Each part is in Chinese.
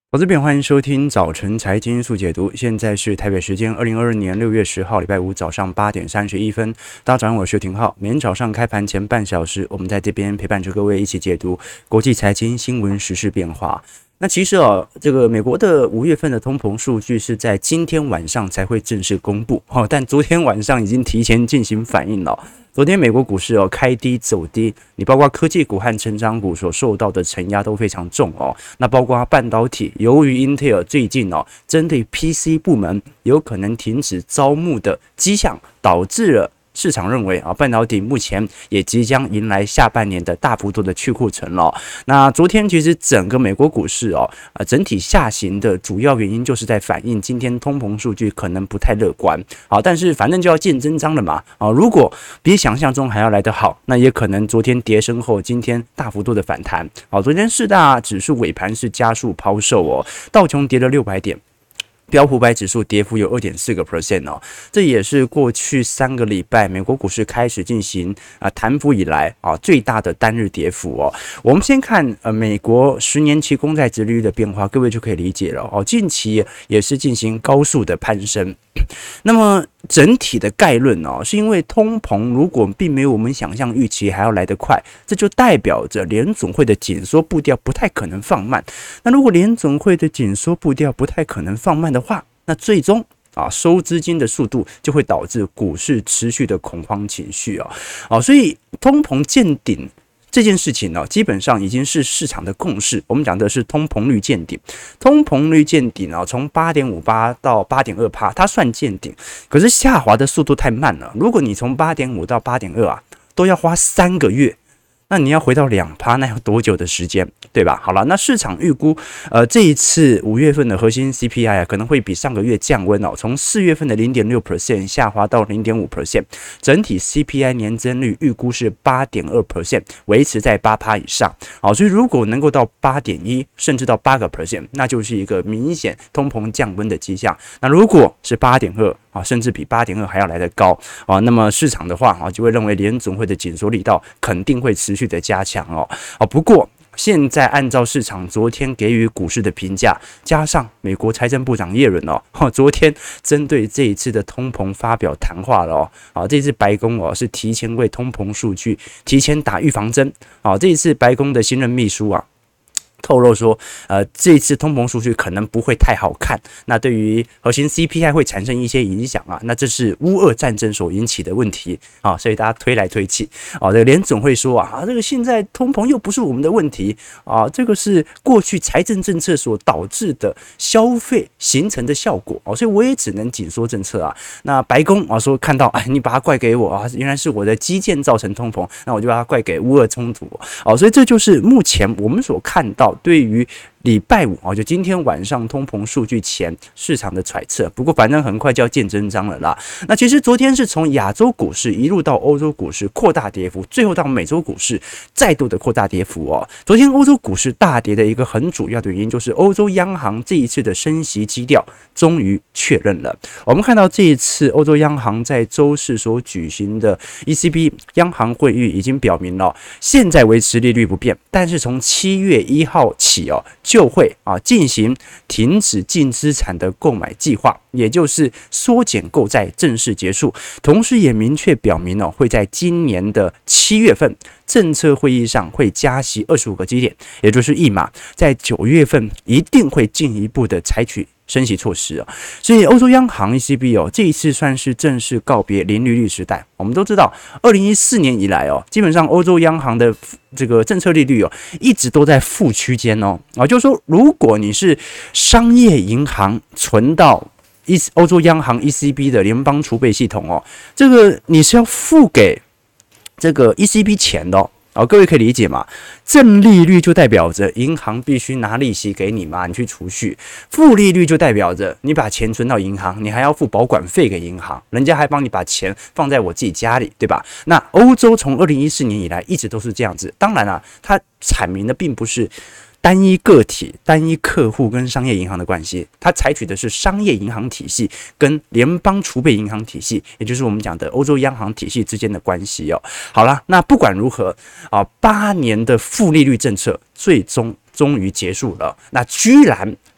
投资朋友，欢迎收听早晨财经速解读。现在是台北时间2022年6月10号礼拜五早上8点31分。大家早上，我是廷浩。每天早上开盘前半小时，我们在这边陪伴着各位一起解读国际财经新闻、时事变化。那其实这个美国的5月份的通膨数据是在今天晚上才会正式公布，但昨天晚上已经提前进行反应了。昨天美国股市开低走低，你包括科技股和成长股所受到的承压都非常重哦。那包括半导体，由于英特尔最近针对 PC 部门有可能停止招募的迹象，导致了市场认为半导体目前也即将迎来下半年的大幅度的去库存了。那昨天其实整个美国股市整体下行的主要原因就是在反映今天通膨数据可能不太乐观。好，但是反正就要见真章了嘛。如果比想象中还要来得好，那也可能昨天跌升后，今天大幅度的反弹。好，昨天四大指数尾盘是加速抛售道琼跌了600点。标普500指数跌幅有 2.4% 这也是过去3个礼拜美国股市开始进行弹幅以来最大的单日跌幅我们先看美国10年期公债殖利率的变化，各位就可以理解了近期也是进行高速的攀升。那么整体的概论是因为通膨如果并没有我们想象预期还要来得快，这就代表着联总会的紧缩步调不太可能放慢。那如果联总会的紧缩步调不太可能放慢的话，那最终收资金的速度就会导致股市持续的恐慌情绪所以通膨见顶这件事情基本上已经是市场的共识。我们讲的是通膨率见顶，通膨率见顶从 8.58 到 8.2%， 它算见顶，可是下滑的速度太慢了。如果你从 8.5 到 8.2 都要花3个月，那你要回到 2%， 那要多久的时间，对吧？好了，那市场预估这一次5月份的核心 CPI 可能会比上个月降温从4月份的 0.6% 下滑到 0.5%， 整体 CPI 年增率预估是 8.2%， 维持在 8% 以上。所以如果能够到 8.1 甚至到 8%， 那就是一个明显通膨降温的迹象。那如果是 8.2甚至比 8.2 还要来得高那么市场的话就会认为联总会的紧缩力道肯定会持续的加强不过现在按照市场昨天给予股市的评价，加上美国财政部长耶伦昨天针对这一次的通膨发表谈话了这次白宫是提前为通膨数据提前打预防针这一次白宫的新任秘书透露说，这一次通膨数据可能不会太好看，那对于核心 CPI 会产生一些影响那这是乌俄战争所引起的问题所以大家推来推去这个联总会说这个现在通膨又不是我们的问题这个是过去财政政策所导致的消费形成的效果所以我也只能紧缩政策那白宫说看到你把它怪给我原来是我的基建造成通膨，那我就把它怪给乌俄冲突所以这就是目前我们所看到对于礼拜五就今天晚上通膨数据前市场的揣测。不过反正很快就要见真章了啦。那其实昨天是从亚洲股市一路到欧洲股市扩大跌幅，最后到美洲股市再度的扩大跌幅昨天欧洲股市大跌的一个很主要的原因就是欧洲央行这一次的升息基调终于确认了。我们看到这一次欧洲央行在周四所举行的 ECB 央行会议已经表明了，现在维持利率不变，但是从7月1号起就会进行停止净资产的购买计划，也就是缩减购债正式结束。同时也明确表明会在今年的7月份政策会议上会加息25个基点，也就是1码，在9月份一定会进一步的采取升息措施所以欧洲央行 ECB 这一次算是正式告别零利率时代。我们都知道2014年以来基本上欧洲央行的这个政策利率一直都在负区间就是说如果你是商业银行存到欧洲央行 ECB 的联邦储备系统这个你是要付给这个 ECB 钱的各位可以理解吗？正利率就代表着银行必须拿利息给你嘛，你去储蓄；负利率就代表着你把钱存到银行，你还要付保管费给银行，人家还帮你把钱放在我自己家里，对吧？那欧洲从2014年以来一直都是这样子。当然它阐明的并不是单一个体、单一客户跟商业银行的关系，它采取的是商业银行体系跟联邦储备银行体系，也就是我们讲的欧洲央行体系之间的关系好了，那不管如何8年的负利率政策终于结束了，那居然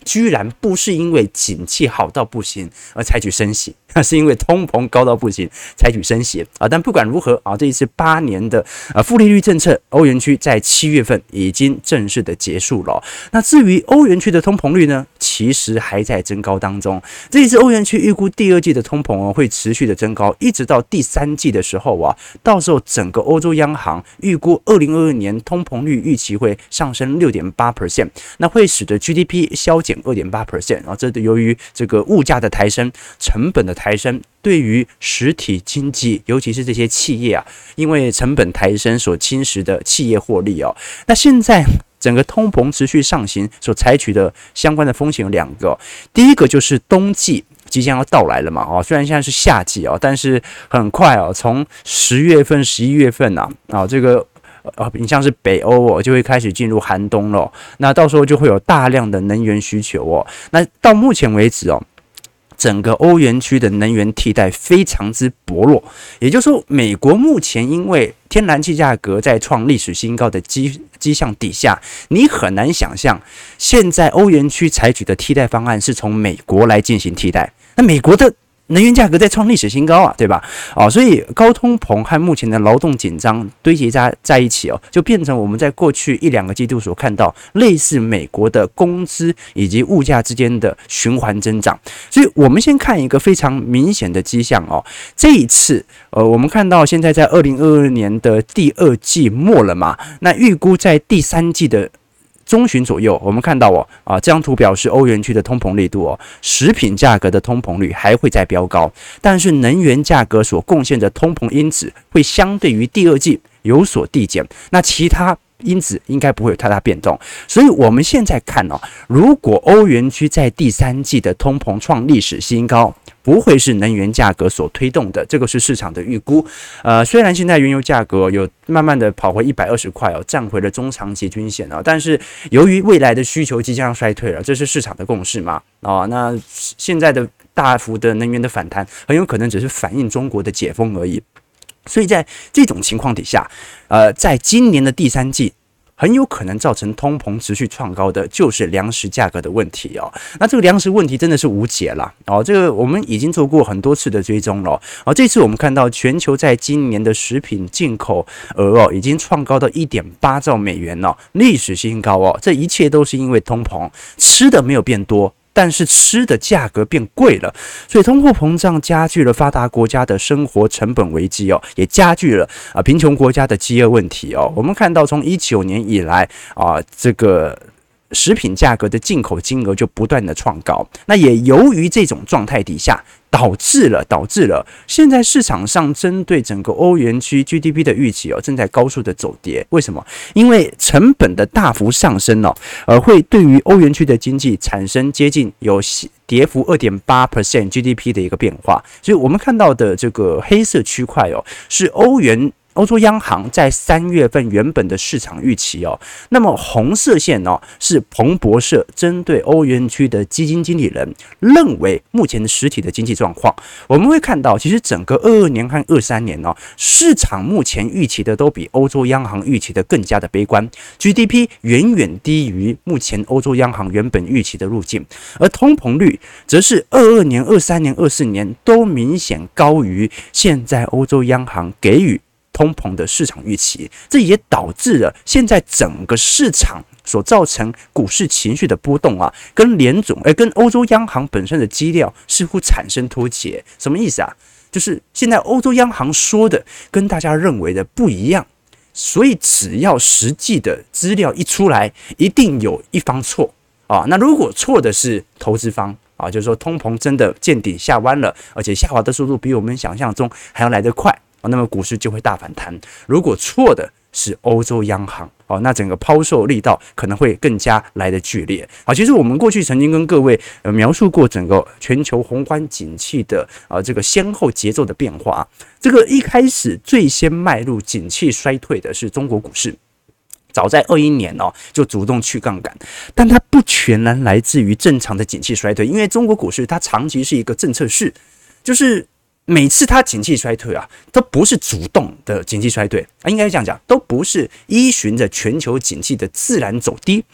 居然不是因为景气好到不行而采取升息，是因为通膨高到不行采取升息啊。但不管如何啊，这一次8年的负利率政策，欧元区在7月份已经正式的结束了。那至于欧元区的通膨率呢，其实还在增高当中。这一次欧元区预估第2季的通膨会持续的增高，一直到第3季的时候啊，到时候整个欧洲央行预估2022年通膨率预期会上升 6.8%， 那会使得 GDP 削减 2.8%， 啊，这由于这个物价的抬升、成本的抬升，对于实体经济，尤其是这些企业啊，因为成本抬升所侵蚀的企业获利哦。那现在整个通膨持续上行所采取的相关的风险有2个，第一个就是冬季即将要到来了嘛，虽然现在是夏季但是很快从10月份、11月份这个你像是北欧就会开始进入寒冬了，那到时候就会有大量的能源需求那到目前为止整个欧元区的能源替代非常之薄弱，也就是说，美国目前因为天然气价格在创历史新高的迹象底下，你很难想象现在欧元区采取的替代方案是从美国来进行替代。那美国的能源价格在创历史新高对吧？所以高通膨和目前的劳动紧张堆积在一起就变成我们在过去1-2个季度所看到类似美国的工资以及物价之间的循环增长。所以我们先看一个非常明显的迹象这一次我们看到现在在2022年的第2季末了嘛，那预估在第3季的中旬左右，我们看到这张图表示欧元区的通膨力度食品价格的通膨率还会再飙高，但是能源价格所贡献的通膨因子会相对于第2季有所递减，那其他因子应该不会有太大变动。所以我们现在看如果欧元区在第3季的通膨创历史新高，不会是能源价格所推动的，这个是市场的预估。虽然现在原油价格有慢慢的跑回120块站回了中长期均线但是由于未来的需求即将衰退了，这是市场的共识嘛那现在的大幅的能源的反弹，很有可能只是反映中国的解封而已。所以在这种情况底下，在今年的第3季，很有可能造成通膨持续创高的就是粮食价格的问题那这个粮食问题真的是无解了这个我们已经做过很多次的追踪了这次我们看到全球在今年的食品进口额已经创高到 1.8 兆美元历史新高这一切都是因为通膨，吃的没有变多，但是吃的价格变贵了，所以通货膨胀加剧了发达国家的生活成本危机也加剧了贫穷国家的饥饿问题我们看到从19年以来这个食品价格的进口金额就不断的创高，那也由于这种状态底下，导致了现在市场上针对整个欧元区 GDP 的预期正在高速的走跌。为什么？因为成本的大幅上升会对于欧元区的经济产生接近有跌幅 2.8% GDP 的一个变化。所以我们看到的这个黑色区块是欧洲央行在3月份原本的市场预期那么红色线是彭博社针对欧元区的基金经理人认为目前的实体的经济状况。我们会看到，其实整个22年和23年市场目前预期的都比欧洲央行预期的更加的悲观 ，GDP 远远低于目前欧洲央行原本预期的路径，而通膨率则是22年、23年、24年都明显高于现在欧洲央行给予通膨的市场预期，这也导致了现在整个市场所造成股市情绪的波动跟跟欧洲央行本身的基调似乎产生脱节。什么意思就是现在欧洲央行说的跟大家认为的不一样，所以只要实际的资料一出来，一定有一方错那如果错的是投资方就是说通膨真的见顶下弯了，而且下滑的速度比我们想象中还要来得快那么股市就会大反弹。如果错的是欧洲央行那整个抛售力道可能会更加来得剧烈其实我们过去曾经跟各位描述过整个全球宏观景气的这个先后节奏的变化这个一开始最先迈入景气衰退的是中国股市。早在21年就主动去杠杆，但它不全然来自于正常的景气衰退，因为中国股市它长期是一个政策市，就是每次它景气衰退都不是主动的景气衰退应该这样讲，都不是依循着全球景气的自然走低，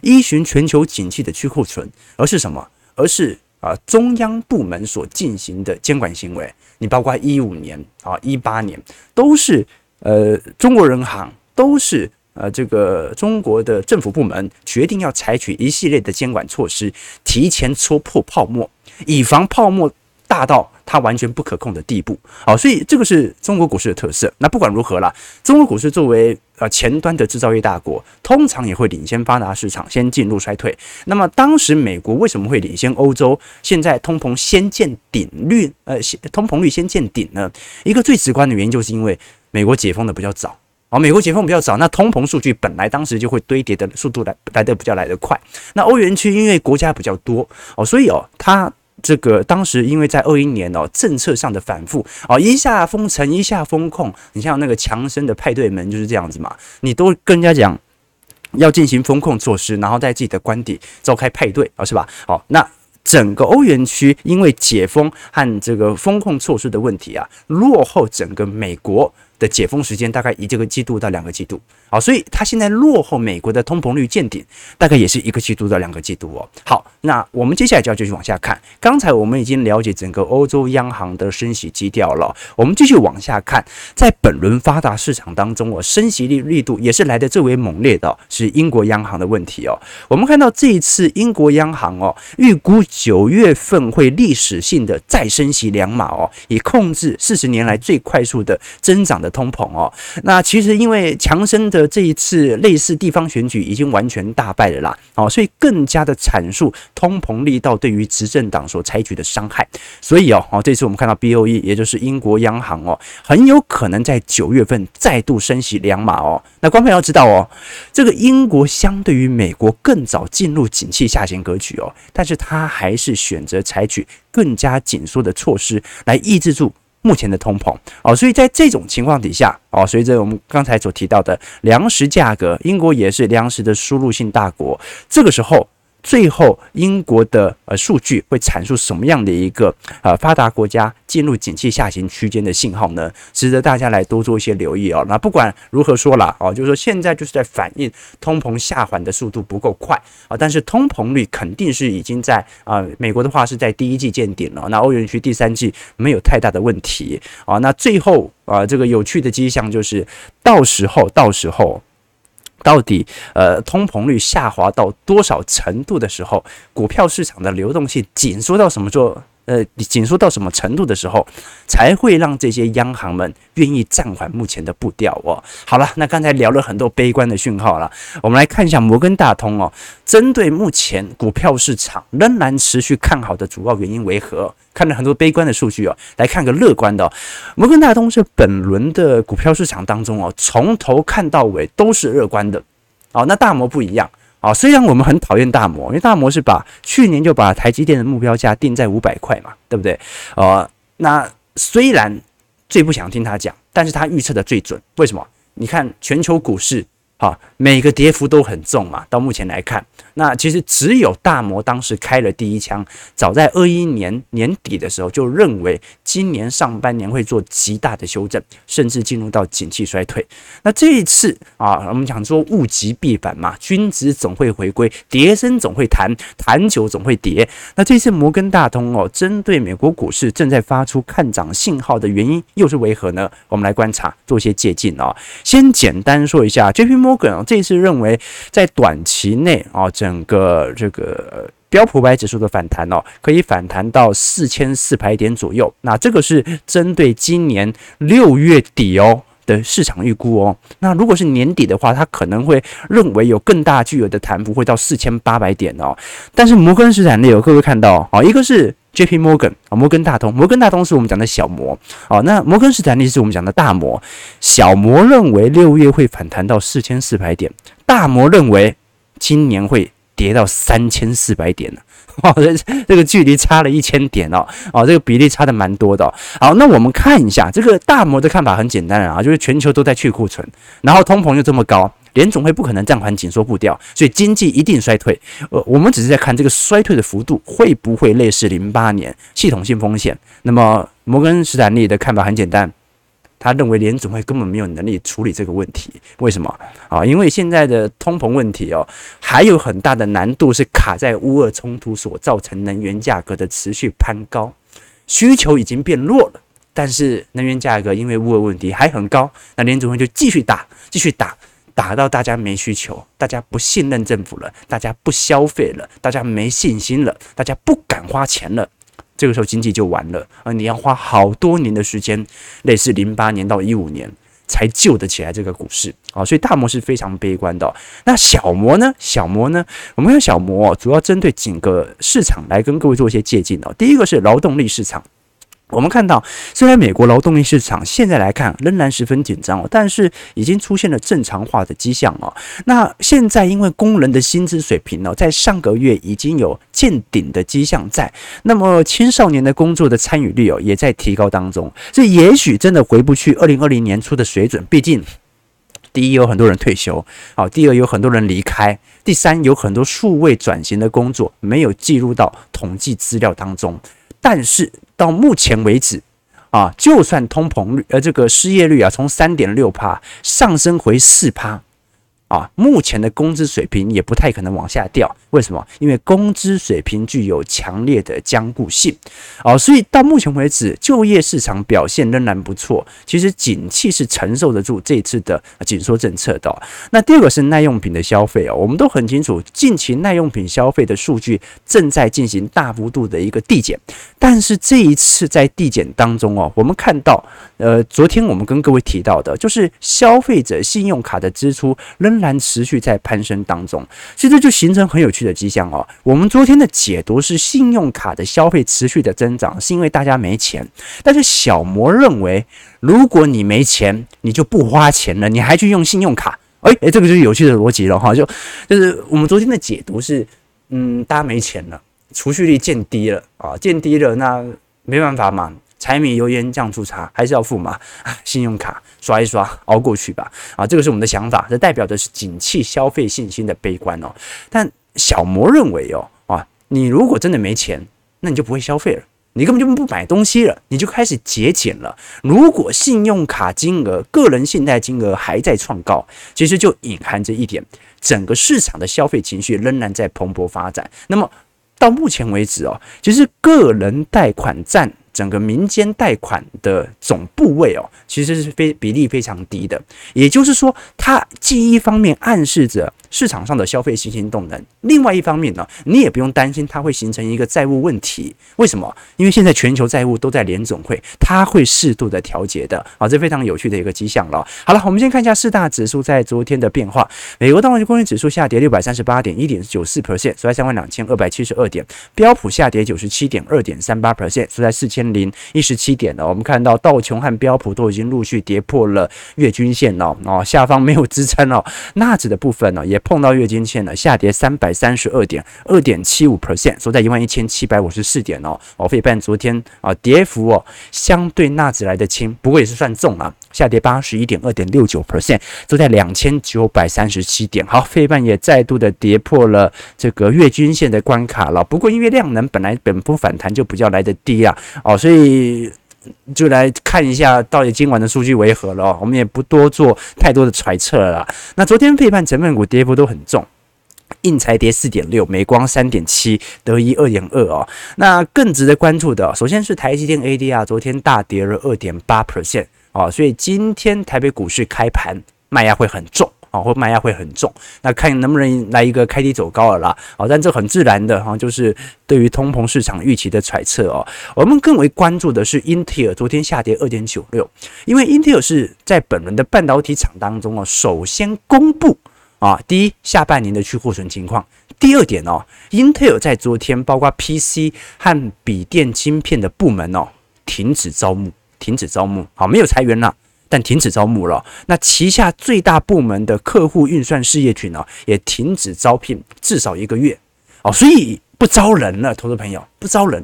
依循全球景气的去库存，而是什么？而是中央部门所进行的监管行为。你包括15年18年都是中国人行都是这个中国的政府部门决定要采取一系列的监管措施，提前戳破泡沫，以防泡沫大到它完全不可控的地步。好，所以这个是中国股市的特色。那不管如何啦，中国股市作为前端的制造业大国，通常也会领先发达市场，先进入衰退。那么当时美国为什么会领先欧洲？现在通膨先见顶率，通膨率先见顶呢？一个最直观的原因就是因为美国解封的比较早。美国解封比较早，那通膨数据本来当时就会堆叠的速度来得比较快。那欧元区因为国家比较多所以它这个当时因为在21年政策上的反复一下封城一下封控，你像那个强生的派对门就是这样子嘛，你都跟人家讲要进行封控措施，然后在自己的官邸召开派对是吧？那整个欧元区因为解封和这个封控措施的问题落后整个美国的解封时间大概1个季度到2个季度，所以它现在落后美国的通膨率见顶，大概也是1个季度到2个季度好，那我们接下来就要继续往下看。刚才我们已经了解整个欧洲央行的升息基调了，我们继续往下看，在本轮发达市场当中升息力度也是来得最为猛烈的是英国央行的问题我们看到这一次英国央行预估9月份会历史性的再升息2码以控制40年来最快速的增长的通膨那其实因为强生的这一次类似地方选举已经完全大败了啦所以更加的阐述通膨力道对于执政党所采取的伤害。所以这次我们看到 BOE 也就是英国央行很有可能在9月份再度升息2码那观众朋友要知道这个英国相对于美国更早进入景气下行格局但是它还是选择采取更加紧缩的措施来抑制住目前的通膨所以在这种情况底下随着我们刚才所提到的粮食价格，英国也是粮食的输入性大国，这个时候最后英国的数据会阐述什么样的一个发达国家进入景气下行区间的信号呢？值得大家来多做一些留意那不管如何说啦就是说现在就是在反映通膨下缓的速度不够快但是通膨率肯定是已经在美国的话是在第1季见顶了，那欧元区第3季没有太大的问题那最后这个有趣的迹象就是到时候到底通膨率下滑到多少程度的时候，股票市场的流动性紧缩到什么程度的时候，才会让这些央行们愿意暂缓目前的步调好了，那刚才聊了很多悲观的讯号了，我们来看一下摩根大通针对目前股票市场仍然持续看好的主要原因为何？看了很多悲观的数据来看个乐观的摩根大通是本轮的股票市场当中从头看到尾都是乐观的那大摩不一样虽然我们很讨厌大摩，因为大摩是去年就把台积电的目标价定在500块嘛，对不对？那虽然最不想听他讲，但是他预测的最准。为什么？你看全球股市每个跌幅都很重嘛，到目前来看，那其实只有大摩当时开了第一枪，早在21年年底的时候就认为今年上半年会做极大的修正，甚至进入到景气衰退。那这一次我们讲说物极必反嘛，均值总会回归，跌升总会弹，弹久总会跌。那这次摩根大通针对美国股市正在发出看涨信号的原因又是为何呢？我们来观察，做一些借鉴先简单说一下 JP Morgan这一次认为在短期内整个这个标普500指数的反弹可以反弹到4400点左右。那这个是针对今年6月底的市场预估那如果是年底的话，他可能会认为有更大巨额的弹幅会到4800点但是摩根士丹利各位看到一个是 JP Morgan 摩根大通是我们讲的小摩那摩根士丹利是我们讲的大摩。小摩认为6月会反弹到4400点，大摩认为今年会跌到3400点这个距离差了1000点这个比例差的蛮多的好，那我们看一下这个大摩的看法很简单就是全球都在去库存，然后通膨又这么高，联总会不可能暂缓紧缩步调，所以经济一定衰退。我们只是在看这个衰退的幅度会不会类似08年系统性风险。那么摩根士丹利的看法很简单， 他认为联准会根本没有能力处理这个问题。为什么啊？因为现在的通膨问题哦，还有很大的难度是卡在乌俄冲突所造成能源价格的持续攀高，需求已经变弱了，但是能源价格因为乌俄问题还很高，那联准会就继续打到大家没需求，大家不信任政府了，大家不消费了，大家没信心了，大家不敢花钱了。这个时候经济就完了，你要花好多年的时间，类似08年到15年才救得起来这个股市啊，所以大摩是非常悲观的哦。那小摩呢？我们看小摩主要针对几个市场来跟各位做一些借鉴哦。第一个是劳动力市场。我们看到，虽然美国劳动力市场现在来看仍然十分紧张哦，但是已经出现了正常化的迹象哦。那现在因为工人的薪资水平在上个月已经有见顶的迹象在，那么青少年的工作的参与率也在提高当中，所以也许真的回不去2020年初的水准，毕竟。第一，有很多人退休，第二，有很多人离开，第三，有很多数位转型的工作没有记录到统计资料当中。但是到目前为止，就算通膨率，这个失业率从3.6% 上升回4%。目前的工资水平也不太可能往下掉，为什么？因为工资水平具有强烈的僵固性，所以到目前为止，就业市场表现仍然不错。其实景气是承受得住这一次的紧缩政策的。那第二个是耐用品的消费我们都很清楚，近期耐用品消费的数据正在进行大幅度的一个递减，但是这一次在递减当中我们看到，昨天我们跟各位提到的，就是消费者信用卡的支出仍然持续在攀升当中，所以这就形成很有趣的迹象我们昨天的解读是信用卡的消费持续的增长，是因为大家没钱。但是小摩认为，如果你没钱，你就不花钱了，你还去用信用卡，这个就是有趣的逻辑了就是我们昨天的解读是，大家没钱了，储蓄率见低了那没办法嘛。柴米油盐酱醋茶还是要付嘛，信用卡刷一刷熬过去吧，这个是我们的想法，这代表的是景气消费信心的悲观但小摩认为你如果真的没钱，那你就不会消费了，你根本就不买东西了，你就开始节俭了。如果信用卡金额、个人信贷金额还在创高，其实就隐含着一点，整个市场的消费情绪仍然在蓬勃发展。那么到目前为止其实个人贷款占整个民间贷款的总部位其实是比例非常低的，也就是说，它既一方面暗示着市场上的消费信心动能，另外一方面呢，你也不用担心它会形成一个债务问题。为什么？因为现在全球债务都在联总会，它会适度的调节的这非常有趣的一个迹象了。好了，我们先看一下四大指数在昨天的变化。美国道琼工业指数下跌638点 1.94%， 收在32,272点；标普下跌97点 2.38%， 收在4017点了。我们看到道琼和标普都已经陆续跌破了月均线下方没有支撑纳指的部分也碰到月均线了，下跌332点 2.75%， 收在11754点费半昨天跌幅相对纳指来的轻，不过也是算重下跌81点 2.69%， 收在2937点。好，费半也再度的跌破了这个月均线的关卡了，不过因为量能本波反弹就比较来得低所以就来看一下到底今晚的数据为何了我们也不多做太多的揣测了啦。那昨天费半成分股跌幅都很重，印材跌 4.6%， 美光 3.7%， 德仪 2.2%那更值得关注的，首先是台积电 ADR 昨天大跌了 2.8%所以今天台北股市开盘卖压会很重或卖压会很重，那看能不能来一个开低走高了啦但这很自然的就是对于通膨市场预期的揣测我们更为关注的是英特尔昨天下跌 2.96%， 因为英特尔是在本轮的半导体厂当中首先公布第一下半年的去库存情况，第二点英特尔在昨天包括 PC 和笔电晶片的部门停止招募，好，没有裁员啦，但停止招募了。那旗下最大部门的客户运算事业群也停止招聘至少1个月所以不招人了，投资朋友不招人了。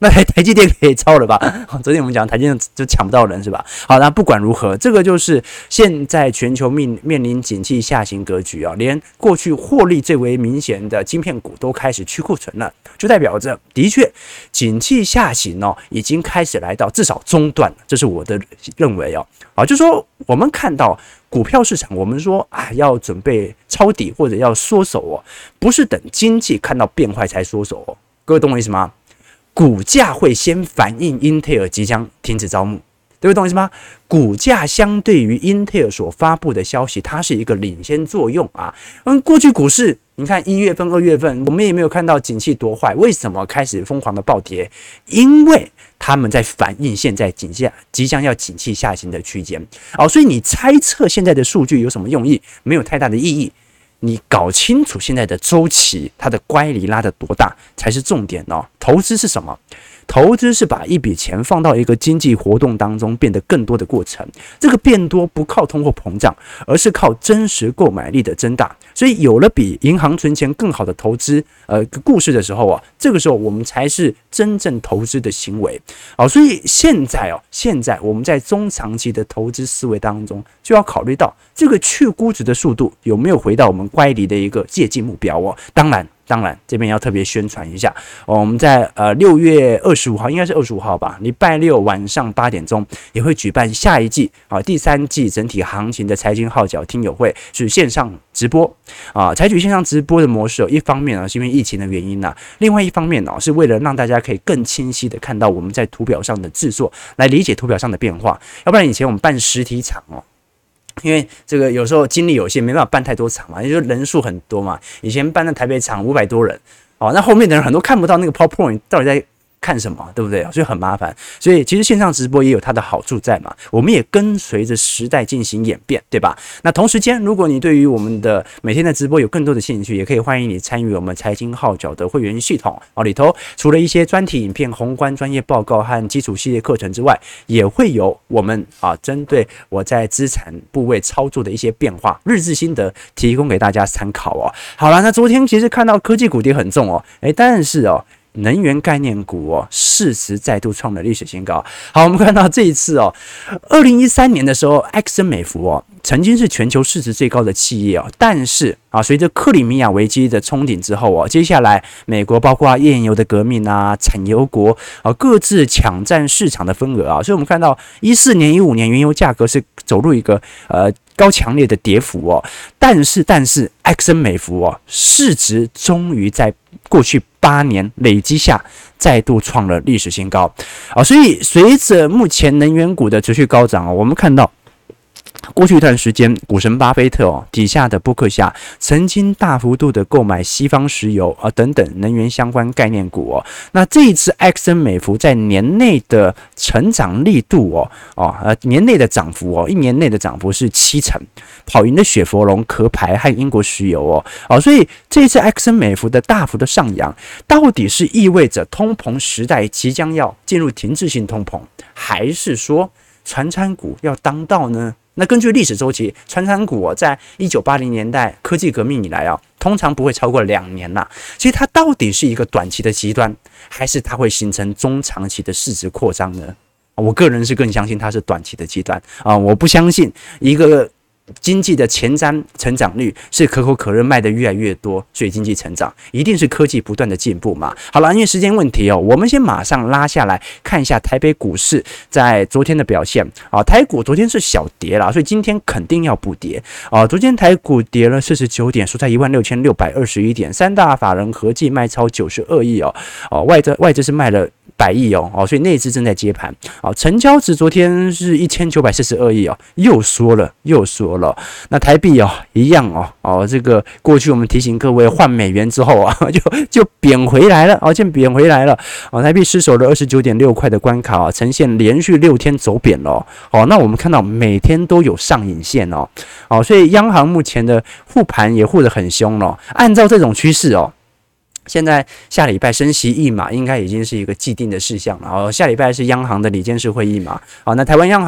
那台积电可以抄了吧？昨天我们讲台积电就抢不到人是吧？好，那不管如何，这个就是现在全球面临景气下行格局啊，连过去获利最为明显的晶片股都开始去库存了，就代表着的确景气下行哦，已经开始来到至少中段了，这是我的认为哦。好，就是说我们看到股票市场，我们说啊要准备抄底或者要缩手哦，不是等经济看到变坏才缩手哦，各位懂我意思吗？股价会先反映英特尔即将停止招募，对不对？懂我意思吗？股价相对于英特尔所发布的消息，它是一个领先作用啊。过去股市你看1月份、2月份，我们也没有看到景气多坏，为什么开始疯狂的暴跌？因为他们在反映现在即将要景气下行的区间。所以你猜测现在的数据有什么用意？没有太大的意义。你搞清楚现在的周期，它的乖离拉得多大才是重点哦。投资是什么？投资是把一笔钱放到一个经济活动当中变得更多的过程。这个变多不靠通货膨胀，而是靠真实购买力的增大。所以有了比银行存钱更好的投资故事的时候啊，这个时候我们才是真正投资的行为。所以现在我们在中长期的投资思维当中，就要考虑到这个去估值的速度有没有回到我们乖离的一个借镜目标哦。当然，这边要特别宣传一下我们在6月25号，应该是25号吧，礼拜六晚上8点钟也会举办下一季第3季整体行情的财经号角听友会，是线上直播采取线上直播的模式一方面是因为疫情的原因另外一方面是为了让大家可以更清晰的看到我们在图表上的制作，来理解图表上的变化。要不然以前我们办实体场因为这个有时候精力有限，没办法办太多场嘛，也就是人数很多嘛。以前办的台北场500多人，那后面的人很多看不到那个 PowerPoint 到底在看什么，对不对？所以很麻烦。所以其实线上直播也有它的好处在嘛，我们也跟随着时代进行演变，对吧？那同时间，如果你对于我们的每天的直播有更多的兴趣，也可以欢迎你参与我们财经号角的会员系统里头除了一些专题影片、宏观专业报告和基础系列课程之外，也会有我们针对我在资产部位操作的一些变化、日志心得提供给大家参考好了，那昨天其实看到科技股跌很重但是能源概念股市值再度创了历史新高。好，我们看到这一次2013年的时候，埃克森美孚曾经是全球市值最高的企业但是随着克里米亚危机的冲顶之后接下来美国包括页岩油的革命产油国各自抢占市场的份额所以我们看到14年、15年原油价格是走入一个高强烈的跌幅但是埃克森美孚市值终于在过去8年累积下再度创了历史新高所以随着目前能源股的持续高涨我们看到过去一段时间，股神巴菲特底下的波克夏曾经大幅度的购买西方石油等等能源相关概念股那这一次埃克森美孚在年内的成长力度年内的涨幅1年内的涨幅是7%，跑赢了雪佛龙、壳牌和英国石油所以这一次埃克森美孚的大幅的上扬，到底是意味着通膨时代即将要进入停滞性通膨，还是说传产股要当道呢？那根据历史周期，传产股在1980年代科技革命以来通常不会超过2年啦。所以它到底是一个短期的极端，还是它会形成中长期的市值扩张呢？我个人是更相信它是短期的极端我不相信一个经济的前瞻成长率是可口可乐卖的越来越多，所以经济成长一定是科技不断的进步嘛。好了，因为时间问题我们先马上拉下来看一下台北股市在昨天的表现台股昨天是小跌啦，所以今天肯定要补跌昨天台股跌了49点，收在16621点，三大法人合计卖超92亿外资是卖了100亿所以内资正在接盘成交值昨天是1942亿又缩了。那台币一样这个过去我们提醒各位换美元之后就贬回来了贬回来了台币失守了29.6块的关卡呈现连续6天走贬了那我们看到每天都有上影线所以央行目前的护盘也护得很凶按照这种趋势现在下礼拜升息1码应该已经是一个既定的事项了下礼拜是央行的理监事会议嘛那台湾央行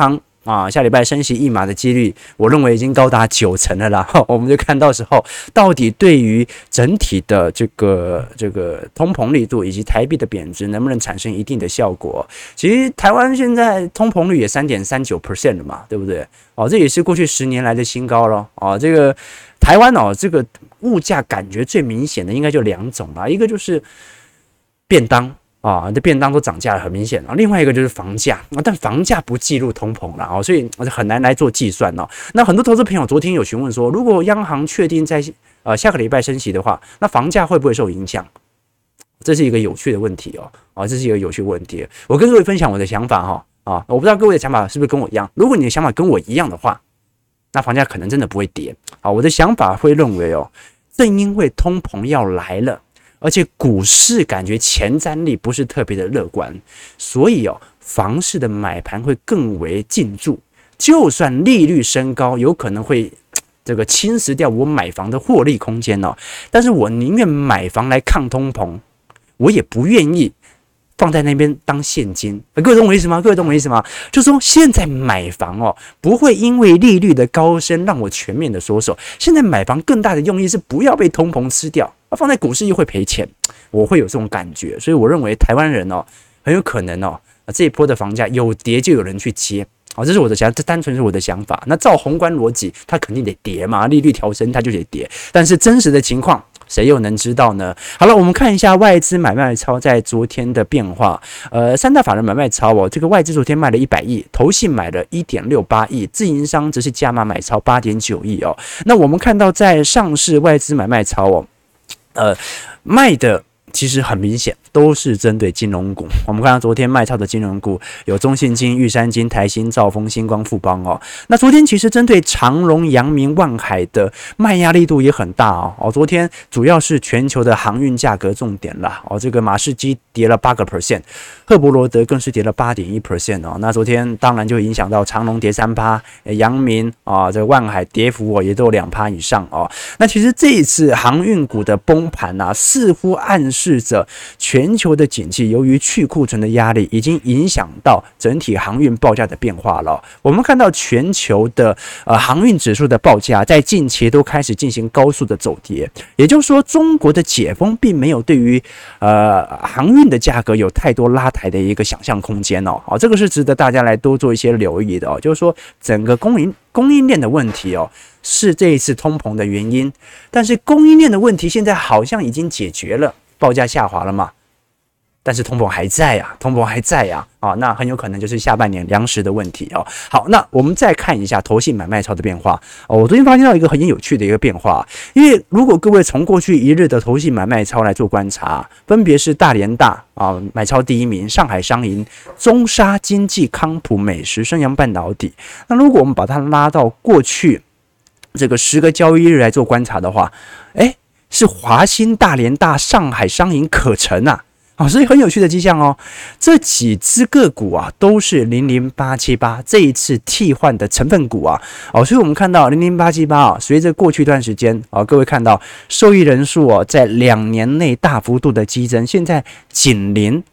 啊，下礼拜升息1码的几率，我认为已经高达90%了啦。我们就看到时候到底对于整体的这个通膨力度以及台币的贬值能不能产生一定的效果。其实台湾现在通膨率也3.39% 了嘛，对不对？哦，这也是过去10年来的新高了。哦，这个台湾哦，这个物价感觉最明显的应该就2种啦，一个就是便当。啊，这便当都涨价了，很明显啊。另外一个就是房价啊，但房价不计入通膨了啊，所以很难来做计算哦。那很多投资朋友昨天有询问说，如果央行确定在下个礼拜升息的话，那房价会不会受影响？这是一个有趣的问题哦。啊，这是一个有趣的问题。我跟各位分享我的想法哈。啊，我不知道各位的想法是不是跟我一样。如果你的想法跟我一样的话，那房价可能真的不会跌啊。我的想法会认为哦，正因为通膨要来了。而且股市感觉前瞻力不是特别的乐观，所以哦，房市的买盘会更为进驻。就算利率升高，有可能会这个侵蚀掉我买房的获利空间哦。但是我宁愿买房来抗通膨，我也不愿意放在那边当现金。各位懂我意思吗？各位懂我意思吗？就是说现在买房哦，不会因为利率的高升让我全面的缩手。现在买房更大的用意是不要被通膨吃掉。放在股市又会赔钱，我会有这种感觉，所以我认为台湾人哦，很有可能哦，这一波的房价有跌就有人去接，这是我的想法，这单纯是我的想法。那照宏观逻辑，它肯定得跌嘛，利率调升它就得跌，但是真实的情况，谁又能知道呢？好了，我们看一下外资买卖超在昨天的变化。三大法人买卖超哦，这个外资昨天卖了100亿，投信买了1.68亿，自营商则是加码买超8.9亿哦。那我们看到在上市外资买卖超哦。卖的其实很明显，都是针对金融股。我们看到昨天卖超的金融股有中信金、玉山金、台新、兆丰、星光、富邦哦。那昨天其实针对长荣、阳明、万海的卖压力度也很大哦。昨天主要是全球的航运价格重点啦哦。这个马士基跌了8%，赫伯罗德更是跌了8.1%哦。那昨天当然就影响到长荣跌3%，阳明啊这个万海跌幅也都有2%以上哦。那其实这一次航运股的崩盘啊，似乎暗示着全球的景气由于去库存的压力，已经影响到整体航运报价的变化了。我们看到全球的航运指数的报价在近期都开始进行高速的走跌，也就是说，中国的解封并没有对于航运的价格有太多拉抬的一个想象空间哦。这个是值得大家来多做一些留意的哦。就是说，整个供应链的问题哦，是这一次通膨的原因，但是供应链的问题现在好像已经解决了。报价下滑了嘛？但是通膨还在呀，那很有可能就是下半年粮食的问题哦。好，那我们再看一下投信买卖超的变化哦。我昨天发现到一个很有趣的一个变化，因为如果各位从过去一日的投信买卖超来做观察，分别是大联大啊买超第1名，上海商银、中砂经济、康普、美食、升阳半导体。那如果我们把它拉到过去这个10个交易日来做观察的话，是华兴、大联大、上海商银、可成啊，所以很有趣的迹象哦。这几只个股啊，都是00878这一次替换的成分股啊，所以我们看到00878啊，随着过去一段时间啊，各位看到受益人数哦，在2年内大幅度的激增，现在紧邻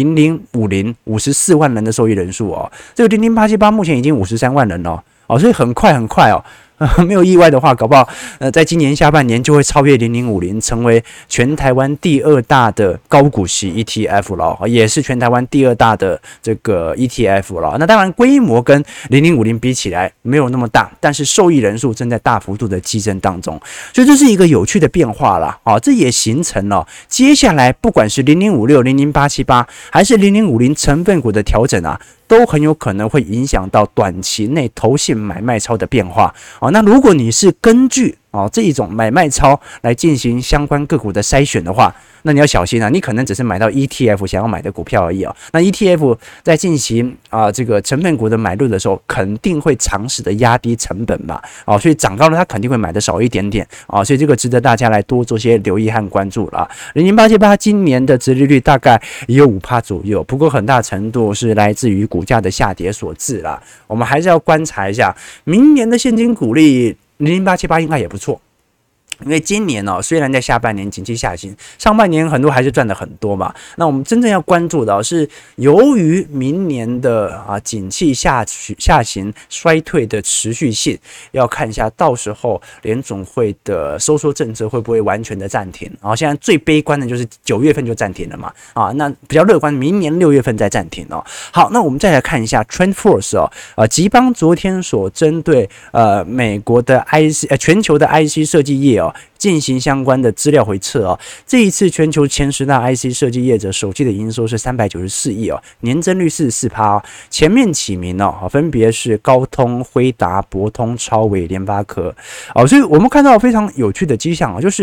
005054万人的受益人数哦，这个00878目前已经53万人了所以很快哦。没有意外的话，搞不好在今年下半年就会超越0050，成为全台湾第2大的高股息 ETF 了，也是全台湾第2大的这个 ETF 了。那当然规模跟0050比起来没有那么大，但是受益人数正在大幅度的激增当中，所以这是一个有趣的变化啦。这也形成了接下来不管是0056、00878还是0050成分股的调整啊，都很有可能会影响到短期内投信买卖超的变化那如果你是根据这一种买卖超来进行相关个股的筛选的话，那你要小心啊，你可能只是买到 ETF 想要买的股票而已那 ETF 在进行这个成分股的买入的时候，肯定会尝试的压低成本嘛所以涨高了它肯定会买的少一点点所以这个值得大家来多做些留意和关注了。00878今年的殖利率大概也有 5% 左右，不过很大程度是来自于股价的下跌所致啦。我们还是要观察一下明年的现金股利。00878应该也不错因为今年虽然在下半年景气下行，上半年很多还是赚的很多嘛。那我们真正要关注的是，由于明年的景气下行衰退的持续性，要看一下到时候联总会的收缩政策会不会完全的暂停。现在最悲观的就是9月份就暂停了嘛。那比较乐观，明年6月份再暂停哦。好，那我们再来看一下 TrendForce 吉邦昨天所针对美国的全球的 IC 设计业进行相关的资料回测这一次全球前10大 IC 设计业者手机的营收是394亿年增率44%前面几名分别是高通、辉达、博通、超微、联发科所以我们看到非常有趣的迹象就是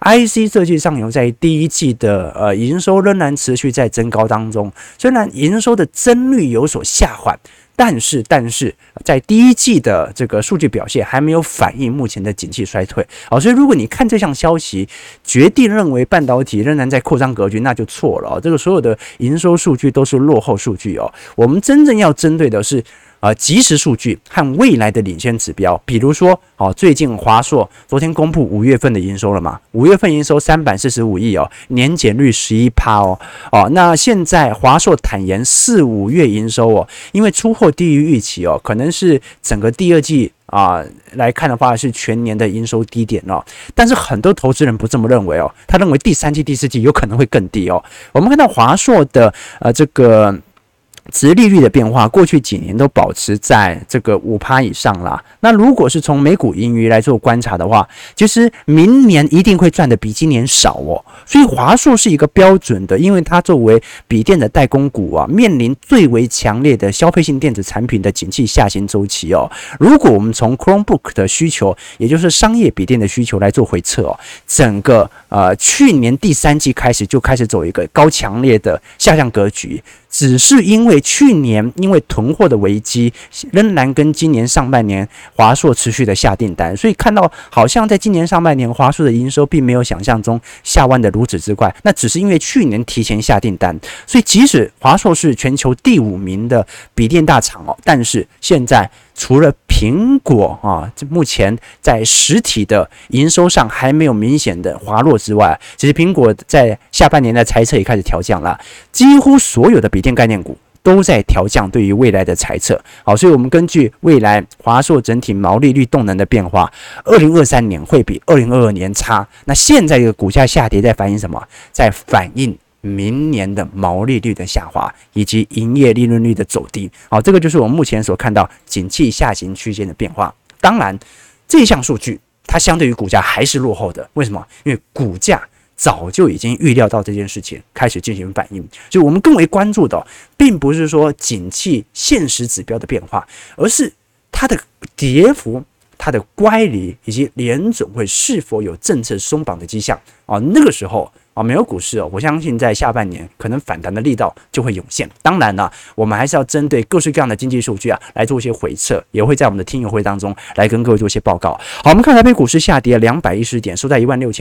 IC 设计上游在第一季的营收仍然持续在增高当中，虽然营收的增率有所下缓。但是在第一季的这个数据表现还没有反映目前的景气衰退所以如果你看这项消息决定认为半导体仍然在扩张格局，那就错了这个所有的营收数据都是落后数据我们真正要针对的是即时数据和未来的领先指标，比如说最近华硕昨天公布5月份的营收了嘛？5月份营收345亿年减率11%那现在华硕坦言4、5月营收因为出货低于预期可能是整个第二季来看的话是全年的营收低点但是很多投资人不这么认为他认为第3季、第4季有可能会更低我们看到华硕的这个殖利率的变化，过去几年都保持在这个5%以上啦。那如果是从每股盈余来做观察的话，其实明年一定会赚的比今年少所以华硕是一个标准的，因为它作为笔电的代工股面临最为强烈的消费性电子产品的景气下行周期如果我们从 Chromebook 的需求，也就是商业笔电的需求来做回测整个去年第3季开始就开始走一个高强烈的下降格局。只是因为去年因为囤货的危机，仍然跟今年上半年华硕持续的下订单，所以看到好像在今年上半年华硕的营收并没有想象中下弯的如此之快，那只是因为去年提前下订单，所以即使华硕是全球第5名的笔电大厂但是现在除了苹果目前在实体的营收上还没有明显的滑落之外，其实苹果在下半年的财测也开始调降了，几乎所有的笔电概念股都在调降对于未来的财测。好，所以我们根据未来华硕整体毛利率动能的变化，2023年会比2022年差。那现在这个股价下跌在反映什么？在反映明年的毛利率的下滑以及营业利润率的走低。好，这个就是我们目前所看到景气下行区间的变化。当然，这项数据它相对于股价还是落后的。为什么？因为股价早就已经预料到这件事情，开始进行反应。所以我们更为关注的，并不是说景气现实指标的变化，而是它的跌幅、它的乖离，以及联总会是否有政策松绑的迹象。那个时候美国股市我相信在下半年可能反弹的力道就会涌现。当然了，我们还是要针对各式各样的经济数据来做一些回测，也会在我们的听友会当中来跟各位做一些报告。好，我们看台北股市下跌210点，收在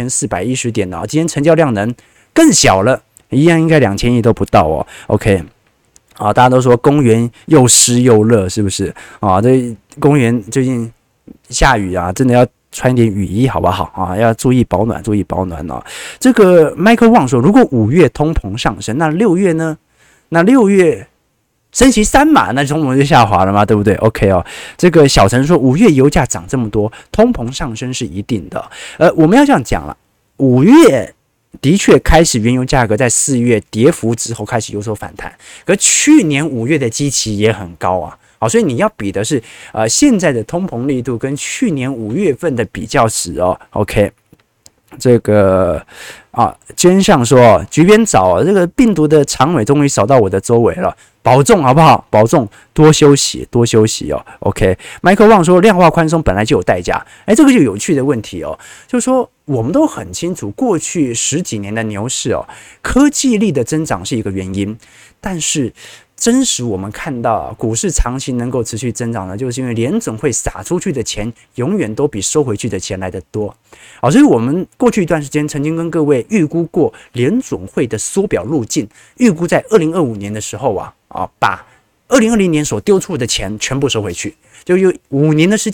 16410点今天成交量能更小了，一样应该2000亿都不到OK。大家都说公园又湿又热，是不是这公园最近下雨真的要穿一点雨衣好不好要注意保暖，注意保暖这个 Michael Wang 说，如果5月通膨上升，那6月呢？那6月升息3码，那通膨就下滑了嘛，对不对 ？OK 这个小陈说，5月油价涨这么多，通膨上升是一定的。我们要这样讲了，5月的确开始原油价格在4月跌幅之后开始有所反弹，可去年5月的基期也很高好，所以你要比的是现在的通膨力度跟去年5月份的比较值OK， 这个真相说局边早这个病毒的长尾终于扫到我的周围了，保重好不好？保重，多休息，多休息OK， Michael Wang 说量化宽松本来就有代价，这个就有趣的问题就是说我们都很清楚，过去10几年的牛市科技力的增长是一个原因，但是真实我们看到股市长期能够持续增长呢，就是因为联总会撒出去的钱永远都比收回去的钱来得多所以我们过去一段时间曾经跟各位预估过联总会的缩表路径，预估在2025年的时候把2020年所丢出的钱全部收回去，就有5年的时间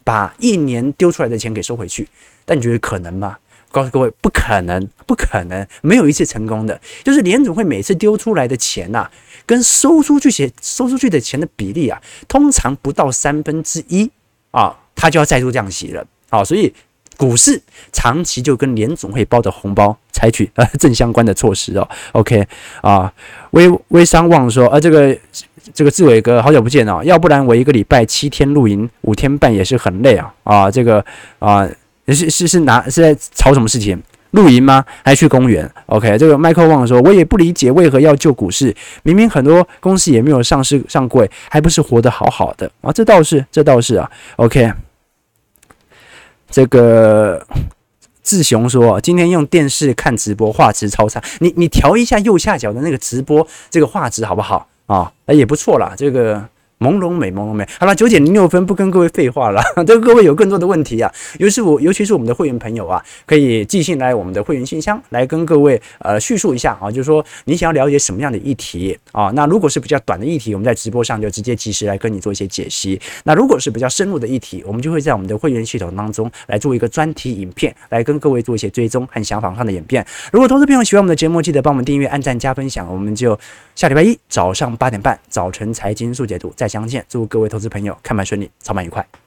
把一年丢出来的钱给收回去。但你觉得可能吗？告诉各位，不可能，不可能，没有一次成功的。就是联总会每次丢出来的钱呐、跟收出去的钱的比例啊，通常不到1/3啊，他就要再度降息了。好，所以股市长期就跟联总会包的红包采取正相关的措施哦。OK 啊，微商旺说这个志伟哥好久不见哦，要不然我1个礼拜7天露营5天半也是很累啊。这个啊。是在吵什么事情？露营吗？还去公园 ？OK， 这个 Michael Wang 说，我也不理解为何要救股市，明明很多公司也没有上市上柜，还不是活得好好的啊？这倒是啊。OK， 这个志雄说，今天用电视看直播，画质超差，你调一下右下角的那个直播这个画质好不好啊？也不错啦，这个。朦胧美。好了，9:06，不跟各位废话了。这个各位有更多的问题啊，尤其是我们的会员朋友啊，可以寄信来我们的会员信箱，来跟各位叙述一下啊，就是说你想要了解什么样的议题啊？那如果是比较短的议题，我们在直播上就直接及时来跟你做一些解析。那如果是比较深入的议题，我们就会在我们的会员系统当中来做一个专题影片，来跟各位做一些追踪和想法上的演变。如果投资朋友喜欢我们的节目，记得帮我们订阅、按赞、加分享。我们就下礼拜一早上8点半早晨财经速解读再相见。祝各位投资朋友看盘顺利，操盘愉快。